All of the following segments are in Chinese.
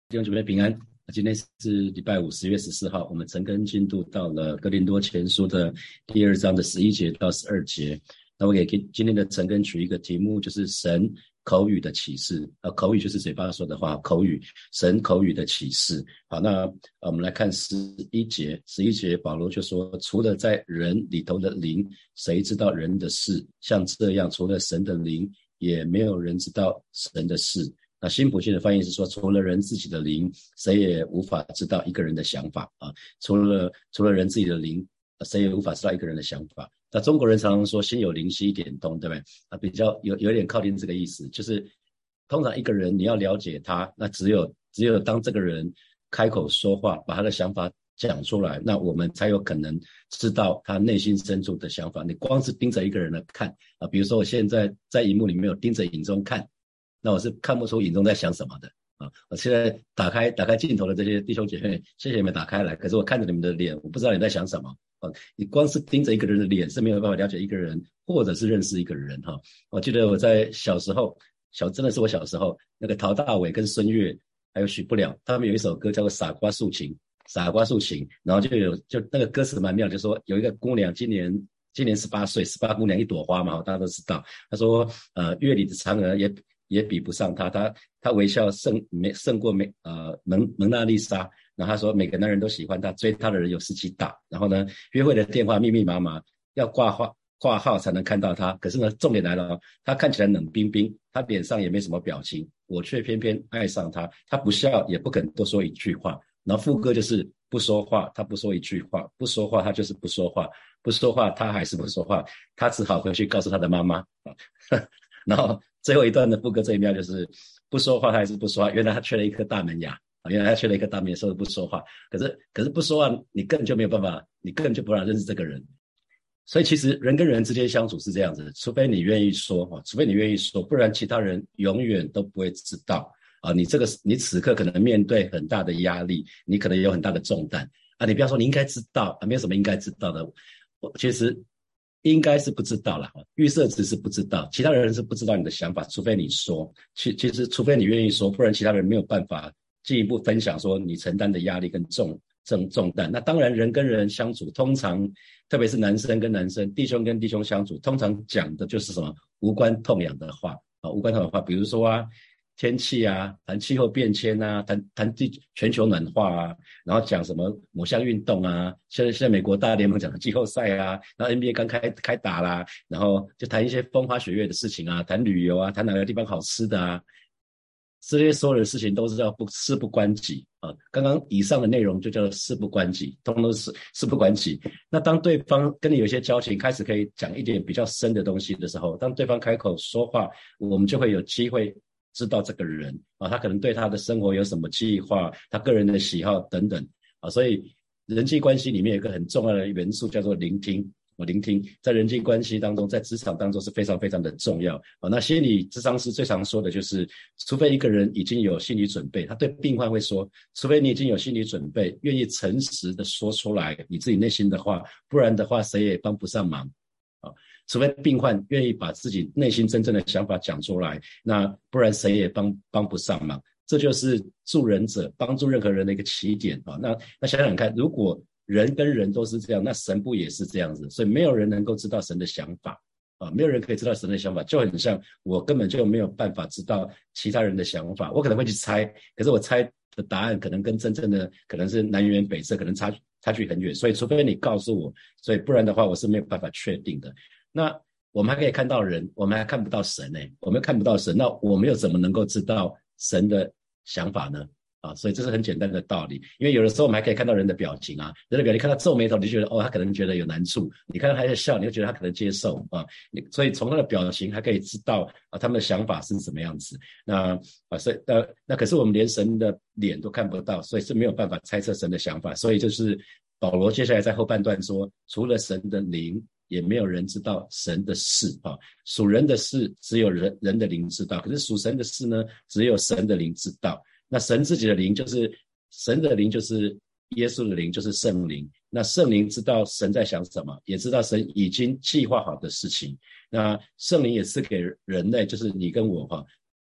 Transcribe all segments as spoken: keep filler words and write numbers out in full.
弟兄姐妹平安。今天是礼拜五，十月十四号，我们陈根进度到了哥林多前书的第二章的十一节到十二节。那我给今天的陈根取一个题目，就是神口语的启示。呃，口语就是嘴巴说的话，口语，神口语的启示。好，那呃我们来看十一节。十一节保罗就说，除了在人里头的灵，谁知道人的事？像这样，除了神的灵，也没有人知道神的事。那新普信的翻译是说，除了人自己的灵，谁也无法知道一个人的想法啊。除了除了人自己的灵，谁也无法知道一个人的想法。那中国人常常说心有灵犀一点通，对不对？啊，比较有有点靠近这个意思，就是通常一个人你要了解他，那只有只有当这个人开口说话，把他的想法讲出来，那我们才有可能知道他内心深处的想法。你光是盯着一个人来看啊，比如说我现在在荧幕里面有盯着影中看，那我是看不出影中在想什么的啊！我现在打开打开镜头的这些弟兄姐妹，谢谢你们打开来，可是我看着你们的脸，我不知道你在想什么啊！你光是盯着一个人的脸是没有办法了解一个人，或者是认识一个人哈。我记得我在小时候，小真的是我小时候，那个陶大伟跟孙悦还有许不了，他们有一首歌叫做《傻瓜诉情》，傻瓜诉情，然后就有就那个歌词蛮妙，就说有一个姑娘今年。今年十八岁，十八姑娘一朵花嘛，大家都知道。他说，呃，月里的嫦娥也也比不上她，她她微笑胜没胜过美呃蒙蒙娜丽莎。然后他说，每个男人都喜欢她，追她的人有十几打。然后呢，约会的电话密密麻麻，要挂号挂号才能看到她。可是呢，重点来了哦，她看起来冷冰冰，她脸上也没什么表情，我却偏偏爱上她。她不笑，也不肯多说一句话。然后副歌就是不说话，她不说一句话，不说话，她就是不说话。不说话，他还是不说话，他只好回去告诉他的妈妈。然后最后一段的副歌最妙，就是不说话，他还是不说话。原来他缺了一颗大门牙，原来他缺了一颗大门牙，所以不说话。可是可是不说话，你根本就没有办法，你根本就不让认识这个人。所以其实人跟人之间相处是这样子，除非你愿意说，除非你愿意说，不然其他人永远都不会知道啊。你这个你此刻可能面对很大的压力，你可能有很大的重担啊。你不要说你应该知道啊，没有什么应该知道的。其实应该是不知道啦，预设值是不知道，其他人是不知道你的想法，除非你说。其其实除非你愿意说，不然其他人没有办法进一步分享说你承担的压力跟重重重担。那当然人跟人相处，通常特别是男生跟男生，弟兄跟弟兄相处，通常讲的就是什么无关痛痒的话啊，无关痛痒的话，比如说啊天气啊，谈气候变迁啊，谈谈地全球暖化啊，然后讲什么某项运动啊，现在现在美国大联盟讲的季后赛啊，然后 N B A 刚开开打啦，然后就谈一些风花雪月的事情啊，谈旅游啊，谈哪个地方好吃的啊，这些所有的事情都是要不事不关己啊。刚刚以上的内容就叫做事不关己，通通都是事不关己。那当对方跟你有一些交情，开始可以讲一点比较深的东西的时候，当对方开口说话，我们就会有机会知道这个人啊，他可能对他的生活有什么计划，他个人的喜好等等啊。所以人际关系里面有一个很重要的元素叫做聆听。我聆听在人际关系当中，在职场当中是非常非常的重要啊。那心理咨商师最常说的就是，除非一个人已经有心理准备，他对病患会说，除非你已经有心理准备，愿意诚实的说出来你自己内心的话，不然的话谁也帮不上忙啊。除非病患愿意把自己内心真正的想法讲出来，那不然谁也帮帮不上忙。这就是助人者帮助任何人的一个起点啊。那那想想看，如果人跟人都是这样，那神不也是这样子？所以没有人能够知道神的想法啊，没有人可以知道神的想法，就很像我根本就没有办法知道其他人的想法。我可能会去猜，可是我猜的答案可能跟真正的可能是南辕北辙，可能差差距很远。所以除非你告诉我，所以不然的话我是没有办法确定的。那我们还可以看到人，我们还看不到神呢、欸，我们又看不到神，那我们又怎么能够知道神的想法呢？啊，所以这是很简单的道理。因为有的时候我们还可以看到人的表情啊，人的表情看到皱眉头，你就觉得哦，他可能觉得有难处；你看到他在笑，你就觉得他可能接受啊。所以从他的表情还可以知道啊，他们的想法是什么样子。那啊，所以呃，那可是我们连神的脸都看不到，所以是没有办法猜测神的想法。所以就是保罗接下来在后半段说，除了神的灵，也没有人知道神的事啊。属人的事只有人人的灵知道，可是属神的事呢，只有神的灵知道。那神自己的灵就是神的灵，就是耶稣的灵，就是圣灵。那圣灵知道神在想什么，也知道神已经计划好的事情。那圣灵也是给人类，就是你跟我哈，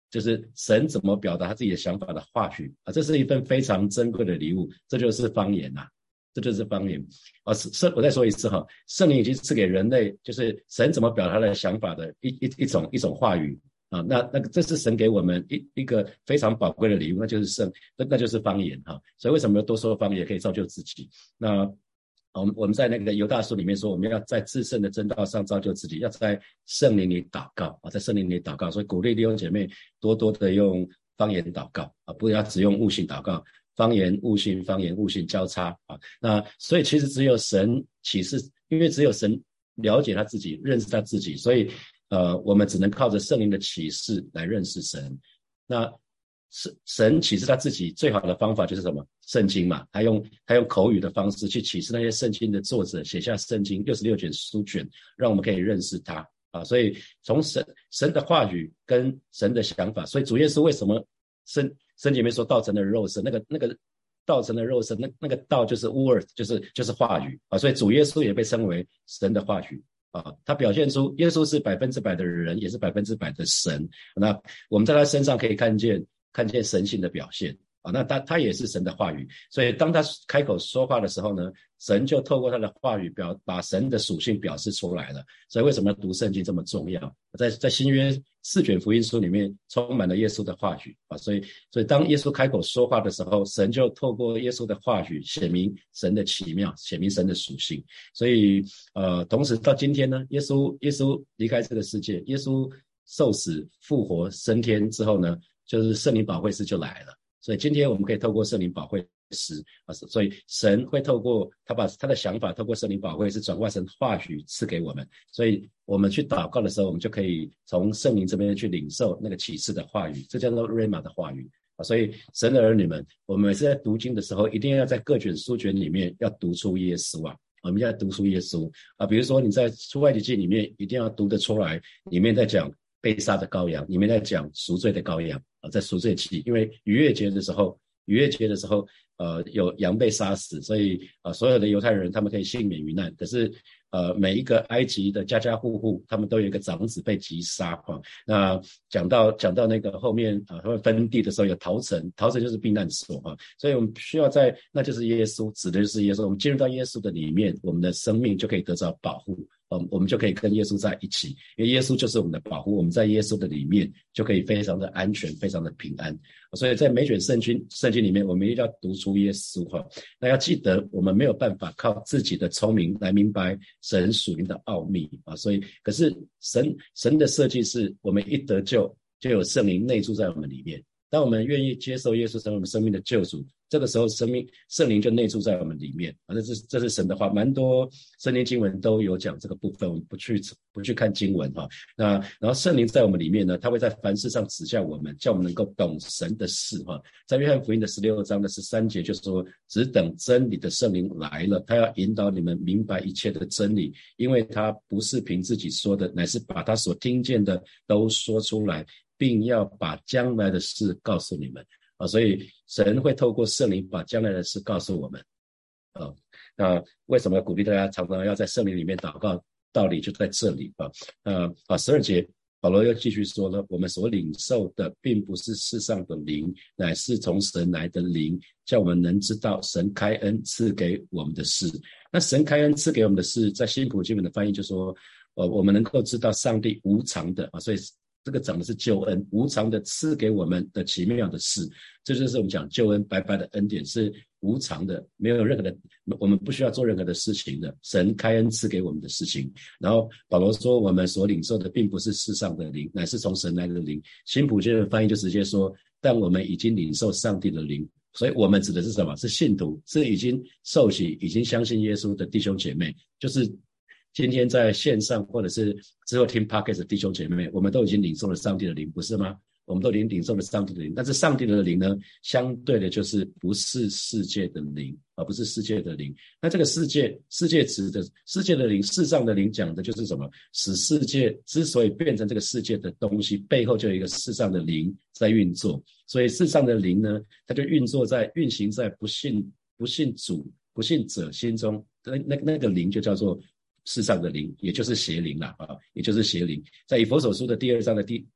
就是神怎么表达他自己的想法的话语啊，这是一份非常珍贵的礼物，这就是方言啊，这就是方言啊。圣我再说一次哈，圣灵已经赐给人类，就是神怎么表达他的想法的一一一种一种话语啊。那那个这是神给我们一一个非常宝贵的礼物，那就是圣，那那就是方言哈。所以为什么多说方言可以造就自己？那我们我们在那个犹大书里面说，我们要在至圣的真道上造就自己，要在圣灵里祷告啊，在圣灵里祷告。所以鼓励弟兄姐妹多多的用方言祷告啊，不要只用悟性祷告，方言悟性，方言悟性交叉啊。那所以其实只有神启示，因为只有神了解他自己，认识他自己，所以呃，我们只能靠着圣灵的启示来认识神。那神启示他自己最好的方法就是什么？圣经嘛，他用他用口语的方式去启示那些圣经的作者，写下圣经六十六卷书卷，让我们可以认识他啊。所以从神神的话语跟神的想法，所以主耶稣为什么圣圣经里面说道成的肉身，那个那个道成的肉身，那那个道就是 word， 就是就是话语啊。所以主耶稣也被称为神的话语。啊，他表现出耶稣是百分之百的人，也是百分之百的神。那我们在他身上可以看见看见神性的表现啊。那他他也是神的话语，所以当他开口说话的时候呢，神就透过他的话语表把神的属性表示出来了。所以为什么读圣经这么重要？在在新约四卷福音书里面充满了耶稣的话语啊，所以所以当耶稣开口说话的时候，神就透过耶稣的话语显明神的奇妙，显明神的属性。所以呃，同时到今天呢，耶稣耶稣离开这个世界，耶稣受死复活升天之后呢，就是圣灵保惠师就来了。所以今天我们可以透过圣灵保惠师啊，所以神会透过他把他的想法透过圣灵保惠师转化成话语赐给我们，所以我们去祷告的时候，我们就可以从圣灵这边去领受那个启示的话语，这叫做 Rhema 的话语啊。所以神的儿女们，我们每次在读经的时候，一定要在各卷书卷里面要读出耶稣啊。我们要读出耶稣啊，比如说你在出埃及记里面一定要读得出来，里面在讲被杀的羔羊，里面在讲赎罪的羔羊啊，在赎罪期，因为逾越节的时候，逾越节的时候，呃，有羊被杀死，所以呃，所有的犹太人他们可以幸免于难。可是呃，每一个埃及的家家户户，他们都有一个长子被击杀啊。那讲到讲到那个后面啊，他们分地的时候有逃城，逃城就是避难所啊。所以我们需要在，那就是耶稣，指的就是耶稣。我们进入到耶稣的里面，我们的生命就可以得到保护。嗯，我们就可以跟耶稣在一起，因为耶稣就是我们的保护，我们在耶稣的里面就可以非常的安全，非常的平安。所以在每卷圣经圣经里面，我们一定要读出耶稣哈。那要记得，我们没有办法靠自己的聪明来明白神属灵的奥秘啊。所以，可是神神的设计是，我们一得救，就有圣灵内住在我们里面。当我们愿意接受耶稣成为我们生命的救主，这个时候生命圣灵就内住在我们里面啊，这是这是神的话，蛮多圣经经文都有讲这个部分，我们不去不去看经文哈。那然后圣灵在我们里面呢，他会在凡事上指教我们，叫我们能够懂神的事哈。在约翰福音的十六章的十三节就说，只等真理的圣灵来了，他要引导你们明白一切的真理，因为他不是凭自己说的，乃是把他所听见的都说出来，并要把将来的事告诉你们啊。所以神会透过圣灵把将来的事告诉我们啊。那为什么要鼓励大家常常要在圣灵里面祷告？道理就在这里啊。呃啊，十二节保罗又继续说了，我们所领受的并不是世上的灵，乃是从神来的灵，叫我们能知道神开恩赐给我们的事。那神开恩赐给我们的事，在新普经文的翻译就说，呃，我们能够知道上帝无偿的啊，所以这个讲的是救恩，无偿的赐给我们的奇妙的事，这就是我们讲救恩白白的恩典，是无偿的，没有任何的，我们不需要做任何的事情的，神开恩赐给我们的事情。然后保罗说，我们所领受的并不是世上的灵，乃是从神来的灵。新普经的翻译就直接说，但我们已经领受上帝的灵。所以我们指的是什么？是信徒，是已经受洗、已经相信耶稣的弟兄姐妹，就是今天在线上或者是之后听 Podcast 的弟兄姐妹，我们都已经领受了上帝的灵，不是吗？我们都已经领受了上帝的灵，但是上帝的灵呢，相对的就是不是世界的灵，而不是世界的灵。那这个世界，世界指的世界的灵，世上的灵讲的就是什么？使世界之所以变成这个世界的东西，背后就有一个世上的灵在运作。所以世上的灵呢，它就运作在运行在不信不信主不信者心中，那那那个灵就叫做世上的灵，也就是邪灵啦啊，也就是邪灵。在以弗所书的第二章的第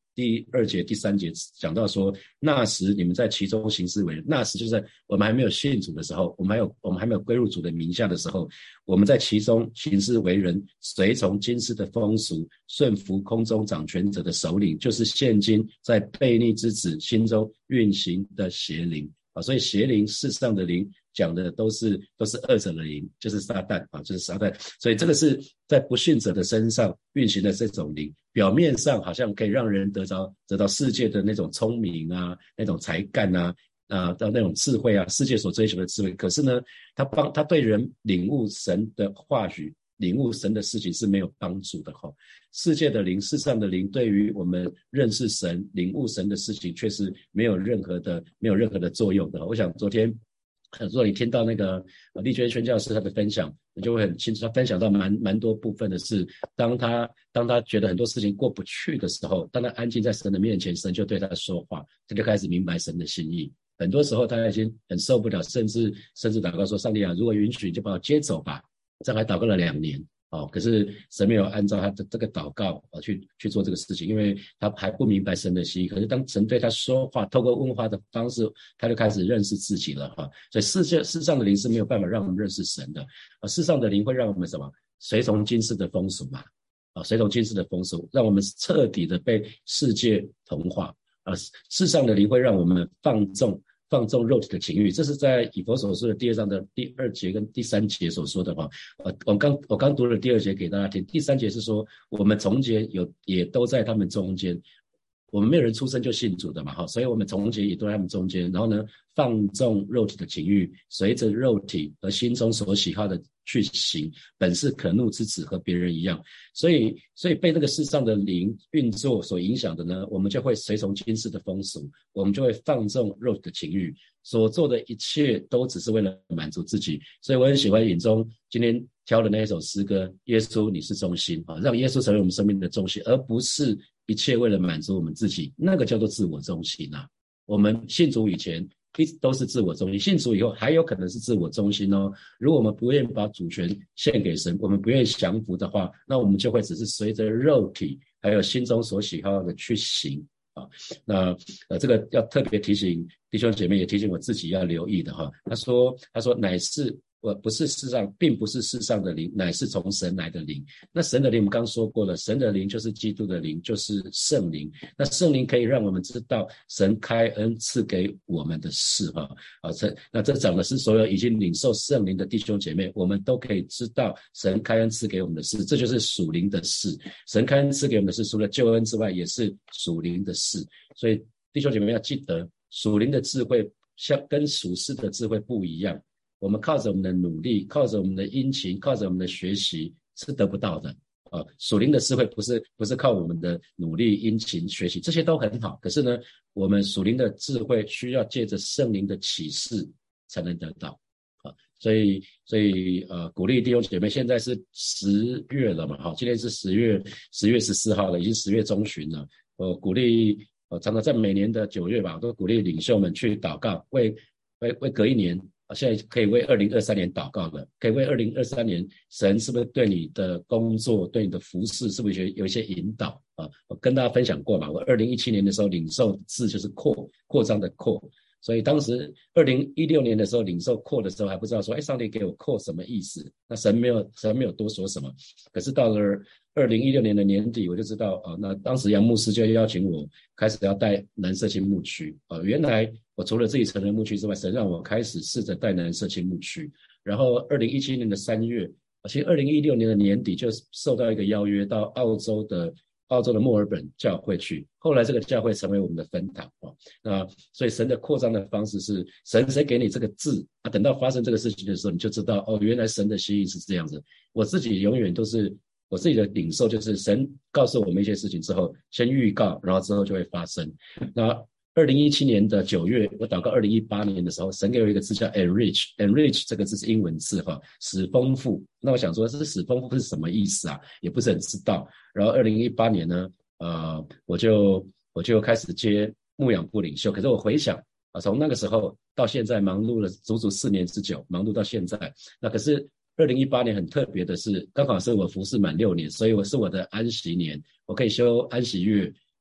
第二节、第三节讲到说，那时你们在其中行事为人，那时就是在我们还没有信主的时候，我们还有我们还没有归入主的名下的时候，我们在其中行事为人，随从今世的风俗，顺服空中掌权者的首领，就是现今在悖逆之子心中运行的邪灵啊。所以邪灵世上的灵讲的都是都是恶者的灵，就是撒旦啊，就是撒旦。所以这个是在不信者的身上运行的这种灵，表面上好像可以让人得着得到世界的那种聪明啊，那种才干啊，啊，到那种智慧啊，世界所追求的智慧。可是呢，他帮他对人领悟神的话语，领悟神的事情是没有帮助的哈。世界的灵，世上的灵，对于我们认识神、领悟神的事情，却是没有任何的没有任何的作用的。我想昨天。如果你听到那个呃丽娟宣教师他的分享，你就会很清楚，他分享到蛮蛮多部分的是，当他当他觉得很多事情过不去的时候，当他安静在神的面前，神就对他说话，他就开始明白神的心意。很多时候他已经很受不了，甚至甚至祷告说：上帝啊，如果允许，你就把我接走吧。这样还祷告了两年。哦，可是神没有按照他的这个祷告啊去去做这个事情，因为他还不明白神的心意。可是当神对他说话，透过问话的方式，他就开始认识自己了哈。所以世界世上的灵是没有办法让我们认识神的啊，世上的灵会让我们什么？随从今世的风俗嘛，啊，随从今世的风俗，让我们彻底的被世界同化啊。世上的灵会让我们放纵。放纵肉体的情欲，这是在以弗所书的第二章的第二节跟第三节所说的话。呃，我刚我刚读了第二节给大家听，第三节是说我们从前有也都在他们中间，我们没有人出生就信主的嘛，哈，所以我们从前也都在他们中间。然后呢，放纵肉体的情欲，随着肉体和心中所喜好的去行，本是可怒之子，和别人一样。所以，所以被这个世上的灵运作所影响的呢，我们就会随从今世的风俗，我们就会放纵肉体的情欲，所做的一切都只是为了满足自己。所以我很喜欢尹中今天挑的那一首诗歌《耶稣你是中心》啊，让耶稣成为我们生命的中心，而不是一切为了满足我们自己，那个叫做自我中心啊。我们信主以前一直都是自我中心，信主以后还有可能是自我中心哦。如果我们不愿意把主权献给神，我们不愿意降服的话，那我们就会只是随着肉体还有心中所喜好的去行啊。那呃，这个要特别提醒弟兄姐妹，也提醒我自己要留意的哈。他说，他说乃是。我不是世上，并不是世上的灵，乃是从神来的灵。那神的灵我们刚说过了，神的灵就是基督的灵，就是圣灵。那圣灵可以让我们知道神开恩赐给我们的事哈啊，这那这讲的是所有已经领受圣灵的弟兄姐妹，我们都可以知道神开恩赐给我们的事，这就是属灵的事。神开恩赐给我们的事，除了救恩之外，也是属灵的事。所以弟兄姐妹要记得，属灵的智慧像跟属世的智慧不一样。我们靠着我们的努力，靠着我们的殷勤，靠着我们的学习是得不到的啊。属灵的智慧不是不是靠我们的努力、殷勤、学习，这些都很好。可是呢，我们属灵的智慧需要借着圣灵的启示才能得到啊。所以所以呃，鼓励弟兄姐妹，现在是十月了嘛，哈，今天是十月十月十四号了，已经十月中旬了。我鼓励我常常在每年的九月吧，我都鼓励领袖们去祷告，为为为隔一年。现在可以为二零二三年祷告了，可以为二零二三年神是不是对你的工作对你的服事是不是有一些引导啊？我跟大家分享过嘛，我二零一七年的时候领受字就是扩扩张的扩，所以当时二零一六年的时候领受扩的时候还不知道说，哎，上帝给我扩什么意思？那神没有神没有多说什么，可是到了二零一六年的年底我就知道啊，那当时杨牧师就邀请我开始要带南社青牧区啊，原来我除了自己成人牧区之外，神让我开始试着带南社青牧区。然后二零一七年的三月，其实二零一六年的年底就受到一个邀约到澳洲的澳洲的墨尔本教会去，后来这个教会成为我们的分堂啊。那所以神的扩张的方式是神谁给你这个字啊，等到发生这个事情的时候，你就知道哦，原来神的心意是这样子。我自己永远都是我自己的领受，就是神告诉我们一些事情之后，先预告，然后之后就会发生。那二零一七年的九月，我祷告二零一八年的时候，神给我一个字叫 enrich，enrich 这个字是英文字哈，使丰富。那我想说，这使丰富是什么意思啊？也不是很知道。然后二零一八年呢，呃，我就我就开始接牧养部领袖。可是我回想啊，从那个时候到现在，忙碌了足足四年之久，忙碌到现在。那可是二零一八年很特别的是，刚好是我服侍满六年，所以我是我的安息年，我可以休安息月。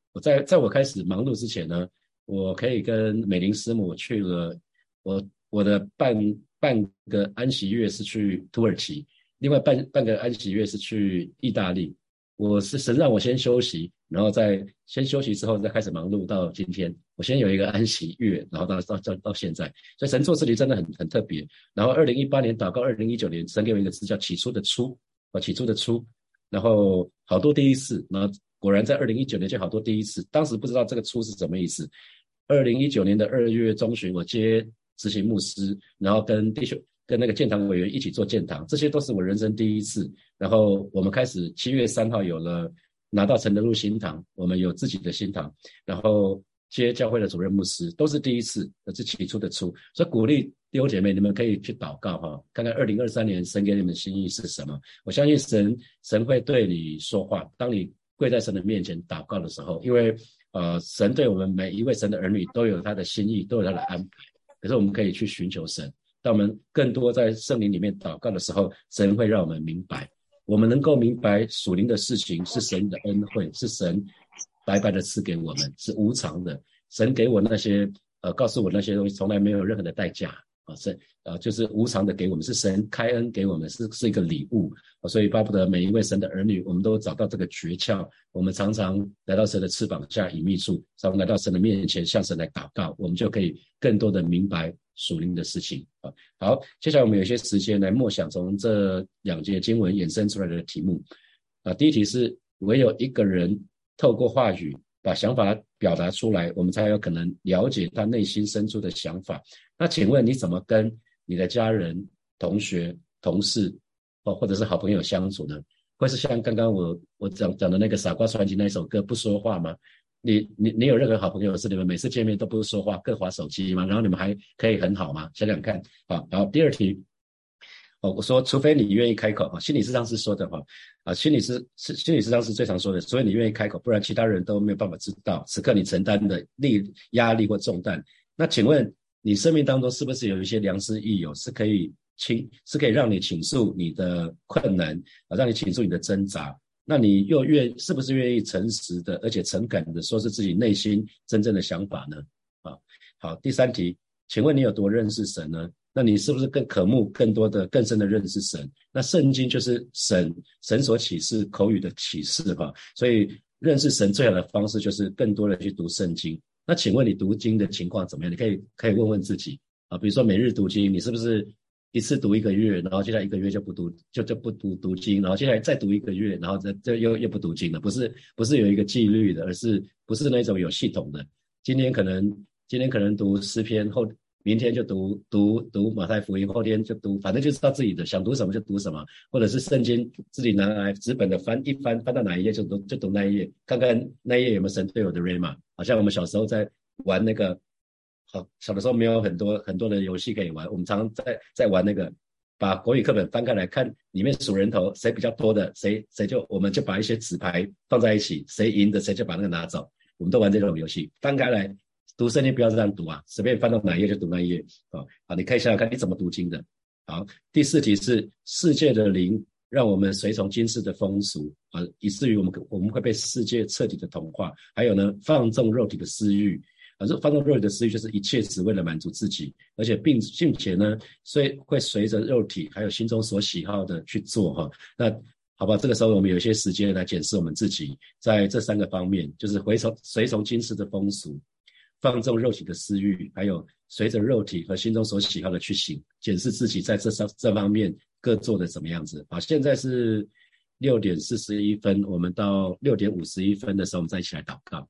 我在在我开始忙碌之前呢，我可以跟美玲师母去了，我我的半半个安息月是去土耳其，另外半半个安息月是去意大利。我是神让我先休息，然后再先休息之后再开始忙碌到今天。我先有一个安息月，然后到到到到现在，所以神做事情真的很很特别。然后二零一八年祷告，二零一九年神给我一个字叫起初的初，啊起初的初，然后好多第一次，然后果然在二零一九年就好多第一次，当时不知道这个初是什么意思。二零一九年的二月中旬，我接执行牧师，然后跟弟兄跟那个建堂委员一起做建堂，这些都是我人生第一次。然后我们开始七月三号有了拿到承德路新堂，我们有自己的新堂，然后接教会的主任牧师，都是第一次，这是起初的初。所以鼓励弟兄姐妹，你们可以去祷告哈，看看二零二三年神给你们心意是什么。我相信神神会对你说话，当你跪在神的面前祷告的时候，因为呃神对我们每一位神的儿女都有他的心意，都有他的安排。可是我们可以去寻求神，当我们更多在圣灵里面祷告的时候，神会让我们明白，我们能够明白属灵的事情是神的恩惠，是神白白的赐给我们，是无偿的。神给我那些呃告诉我那些东西从来没有任何的代价啊，是呃就是无偿的给我们，是神开恩给我们，是是一个礼物啊。所以巴不得每一位神的儿女，我们都找到这个诀窍，我们常常来到神的翅膀下隐秘处，常常来到神的面前向神来祷告，我们就可以更多的明白属灵的事情啊。好，接下来我们有些时间来默想从这两节经文衍生出来的题目啊。第一题是唯有一个人透过话语把想法表达出来，我们才有可能了解他内心深处的想法。那请问你怎么跟你的家人、同学、同事哦，或者是好朋友相处呢？会是像刚刚我我讲讲的那个傻瓜传奇那首歌不说话吗？你你你有任何好朋友是你们每次见面都不说话，各滑手机吗？然后你们还可以很好吗？想想看。好，好，第二题。哦，我说，除非你愿意开口啊，心理咨商师说的话啊，心理师是心理咨商师最常说的，除非你愿意开口，不然其他人都没有办法知道此刻你承担的力压力或重担。那请问你生命当中是不是有一些良师益友，是可以倾是可以让你倾诉你的困难啊，让你倾诉你的挣扎？那你又愿是不是愿意诚实的而且诚恳的说是自己内心真正的想法呢？啊，好，第三题，请问你有多认识神呢？那你是不是更渴慕更多的更深的认识神？那圣经就是神神所启示口语的启示哈，所以认识神最好的方式就是更多的去读圣经。那请问你读经的情况怎么样？你可以可以问问自己啊，比如说每日读经，你是不是一次读一个月，然后接下来一个月就不读就就不读读经，然后接下来再读一个月，然后再再又又不读经了？不是不是有一个纪律的，而是不是那种有系统的。今天可能今天可能读诗篇，后明天就读读读马太福音，后天就读，反正就知道自己的想读什么就读什么，或者是圣经自己拿来纸本的翻一翻，翻到哪一页就读就读那一页，看看那一页有没有神对我的 rhema。好像我们小时候在玩那个，好小的时候没有很多很多的游戏可以玩，我们常常在在玩那个，把国语课本翻开来看，里面数人头，谁比较多的，谁谁就我们就把一些纸牌放在一起，谁赢的谁就把那个拿走。我们都玩这种游戏，翻开来。读圣经不要这样读啊，随便翻到哪一页就读那一页啊。好，你可以想想看你怎么读经的。好，第四题是世界的灵让我们随从今世的风俗啊，以至于我们我们会被世界彻底的同化。还有呢，放纵肉体的私欲啊，这放纵肉体的私欲就是一切只为了满足自己，而且并并且呢，所以会随着肉体还有心中所喜好的去做哈。那好吧，这个时候我们有一些时间来检视我们自己，在这三个方面，就是回从随从今世的风俗。放纵肉体的私欲，还有随着肉体和心中所喜好的去行，检视自己在这这方面各做的怎么样子。好，现在是六点四十一分，我们到六点五十一分的时候，我们再一起来祷告。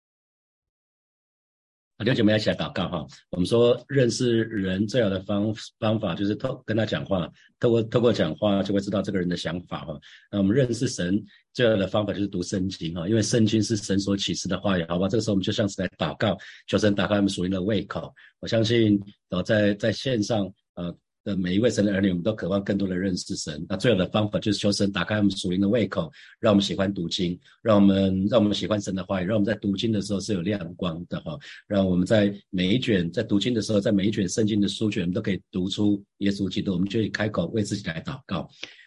弟兄姐妹一起来祷告哈。我们说认识人最好的方方法就是透跟他讲话，透过透过讲话就会知道这个人的想法哈。那我们认识神最好的方法就是读圣经哈，因为圣经是神所启示的话语，好吧？这个时候我们就像是来祷告，求神打开我们属灵的胃口。我相信呃在在线上呃的每一位神的儿女，我们都渴望更多的认识神。那最好的方法就是求神打开我们属灵的胃口，让我们喜欢读经，让我们让我们喜欢神的话语，让我们在读经的时候是有亮光的哈。让我们在每一卷在读经的时候，在每一卷圣经的书卷，我们都可以读出耶稣基督。我们就可以开口为自己来祷告。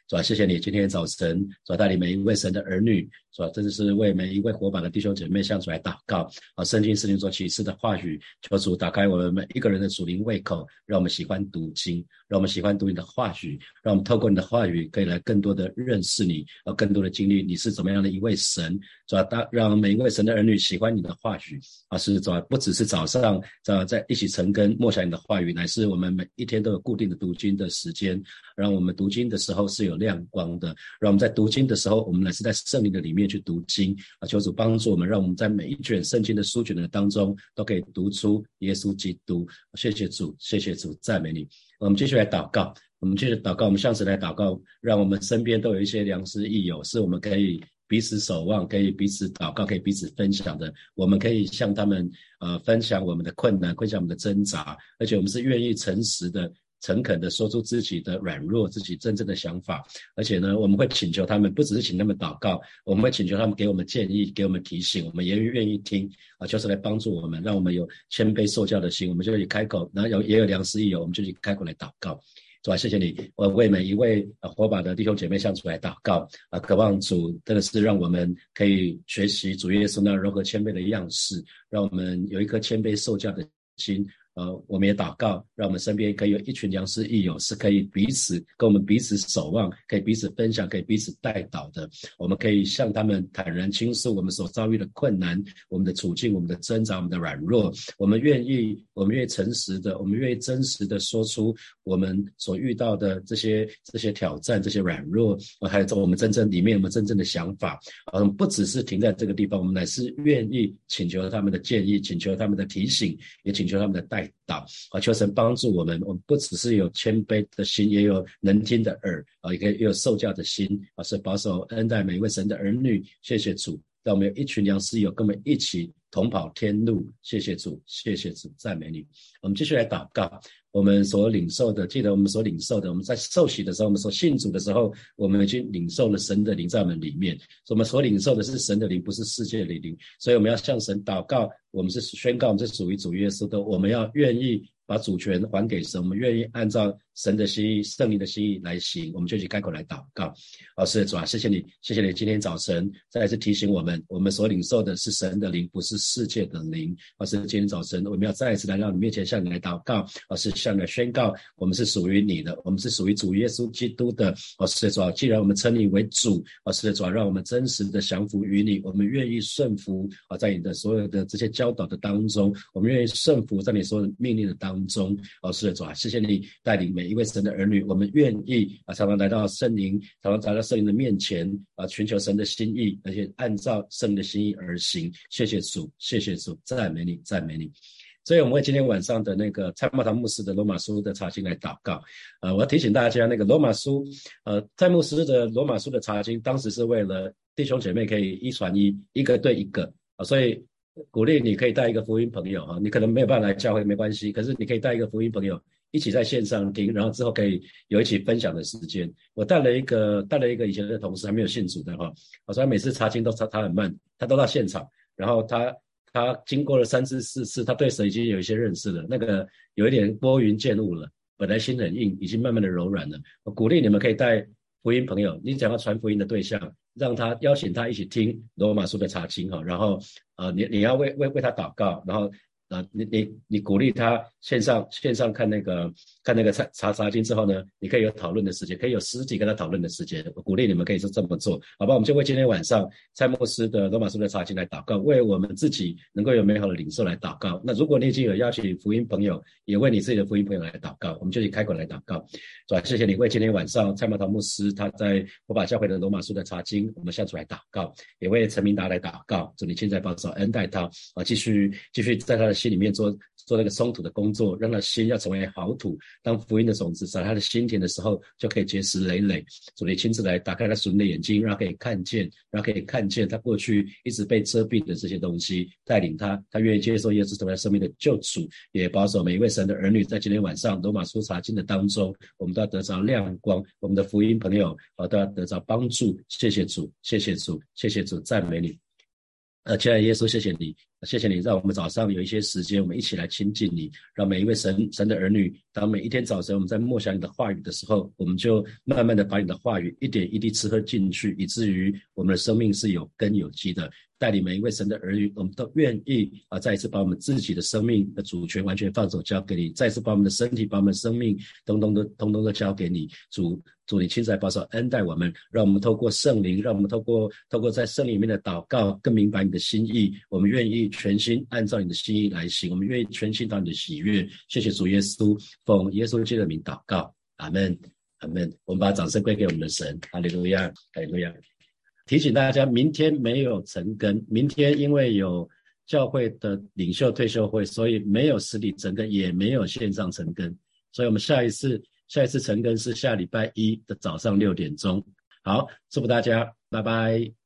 主啊，谢谢你今天早晨主啊带领每一位神的儿女，主啊，真的是为每一位火把的弟兄姐妹向主来祷告啊！圣经是你所启示的话语，求主打开我们每一个人的属灵胃口，让我们喜欢读经，让我们喜欢读你的话语，让我们透过你的话语可以来更多的认识你，啊，更多的经历你是怎么样的一位神。主啊，让每一位神的儿女喜欢你的话语啊，是主啊，不只是早上在在一起晨更默想你的话语，乃是我们每一天都有固定的读经的时间，让我们读经的时候是有亮光的，让我们在读经的时候，我们乃是在圣灵的里面去读经啊，求主帮助我们，让我们在每一卷圣经的书卷的当中都可以读出耶稣基督。谢谢主，谢谢主，赞美你。我们继续来祷告，我们继续祷告，我们向神来祷告，让我们身边都有一些良师益友，是我们可以彼此守望，可以彼此祷告，可以彼此分享的。我们可以向他们呃分享我们的困难，分享我们的挣扎，而且我们是愿意诚实的诚恳的说出自己的软弱，自己真正的想法。而且呢，我们会请求他们，不只是请他们祷告，我们会请求他们给我们建议，给我们提醒，我们也愿意听啊，就是来帮助我们，让我们有谦卑受教的心，我们就去开口，然后有也有良师益友，我们就去开口来祷告。主啊，谢谢你，我为每一位啊火把的弟兄姐妹向主来祷告啊，渴望主真的是让我们可以学习主耶稣那柔和谦卑的样式，让我们有一颗谦卑受教的心。呃，我们也祷告，让我们身边可以有一群良师益友，是可以彼此跟我们彼此守望，可以彼此分享，可以彼此带导的。我们可以向他们坦然倾诉我们所遭遇的困难，我们的处境，我们的挣扎，我们的软弱。我们愿意，我们愿意诚实的，我们愿意真实的说出我们所遇到的这些这些挑战，这些软弱，还有我们真正里面我们真正的想法。嗯，不只是停在这个地方，我们乃是愿意请求他们的建议，请求他们的提醒，也请求他们的带导啊，求神帮助我们，我们不只是有谦卑的心，也有能听的耳啊，也可以也有受教的心啊，是保守恩待每一位神的儿女。谢谢主，让我们有一群良师友跟我们一起同跑天路。谢谢主，谢谢主，赞美你。我们继续来祷告，我们所领受的，记得我们所领受的，我们在受洗的时候，我们所信主的时候，我们已经领受了神的灵在我们里面，所以我们所领受的是神的灵，不是世界的灵。所以我们要向神祷告，我们是宣告我们是属于主耶稣的，我们要愿意把主权还给神，我们愿意按照神的心意，圣灵的心意来行。我们就去开口来祷告。好，是主啊，谢谢你，谢谢你今天早晨再一次提醒我们，我们所领受的是神的灵，不是世界的灵。而是今天早晨我们要再一次来到你面前，向你来祷告，而是向你宣告我们是属于你的，我们是属于主耶稣基督的。哦，是的主啊，既然我们称你为主，哦，是的主啊，让我们真实的降服于你，我们愿意顺服啊，在你的所有的这些教导的当中，我们愿意顺服在你所有的命令的当中。哦，是的主啊，谢谢你带领每一位神的儿女，我们愿意啊，常常来到圣灵，常常来到圣灵的面前啊，寻求神的心意，而且按照圣灵的心意而行。谢谢主，谢谢主，赞美你，赞美你。所以我们为今天晚上的那个蔡茂堂牧师的罗马书的查经来祷告。呃，我要提醒大家，那个罗马书，呃，蔡牧师的罗马书的查经，当时是为了弟兄姐妹可以一传一，一个对一个啊，所以鼓励你可以带一个福音朋友啊，你可能没有办法来教会没关系，可是你可以带一个福音朋友一起在线上听，然后之后可以有一起分享的时间。我带了一个带了一个以前的同事还没有信主的哈，所以他每次查经都查他很慢，他都到现场，然后他。他经过了三次四次，他对神已经有一些认识了，那个有一点拨云见雾了，本来心很硬，已经慢慢的柔软了。我鼓励你们可以带福音朋友，你想要传福音的对象，让他邀请他一起听罗马书的查经哈，然后呃你你要为为为他祷告，然后呃你你你鼓励他线上线上看那个看那个查查查经之后呢，你可以有讨论的时间，可以有实体跟他讨论的时间。我鼓励你们可以是这么做，好吧？我们就为今天晚上蔡牧师的罗马书的查经来祷告，为我们自己能够有美好的领受来祷告。那如果你已经有邀请福音朋友，也为你自己的福音朋友来祷告，我们就以开口来祷告。主啊，谢谢你为今天晚上蔡茂堂牧师他在火把教会的罗马书的查经，我们向主来祷告，也为陈明达来祷告，主你现在保守恩待他啊，继续继续在他的心里面做做那个松土的工作，让他心要成为好土，当福音的种子撒他的心田的时候，就可以结实累累。主你亲自来打开他属灵的眼睛，让他可以看见，让他可以看见他过去一直被遮蔽的这些东西，带领他，他愿意接受耶稣成为他生命的救主，也保守每一位神的儿女在今天晚上罗马书查经的当中，我们都要得着亮光，我们的福音朋友都要得着帮助。谢谢主，谢谢主，谢谢主，赞美你。 呃，亲爱的耶稣，谢谢你，谢谢你让我们早上有一些时间，我们一起来亲近你，让每一位神神的儿女，当每一天早晨我们在默想你的话语的时候，我们就慢慢的把你的话语一点一滴吃喝进去，以至于我们的生命是有根有基的。带领每一位神的儿女，我们都愿意啊，再一次把我们自己的生命的主权完全放手交给你，再一次把我们的身体、把我们的生命，通通都通通都交给你，主。主你亲自来保守恩待我们，让我们透过圣灵，让我们透过透过在圣灵里面的祷告，更明白你的心意。我们愿意全心按照你的心意来行，我们愿意全心讨你的喜悦。谢谢主耶稣，奉耶稣基督的名祷告，阿们，阿们。我们把掌声归给我们的神，哈利路亚，哈利路亚。提醒大家，明天没有晨更，明天因为有教会的领袖退休会，所以没有实体晨更，也没有线上晨更，所以我们下一次下一次晨更是下礼拜一的早上六点钟。好，祝福大家，拜拜。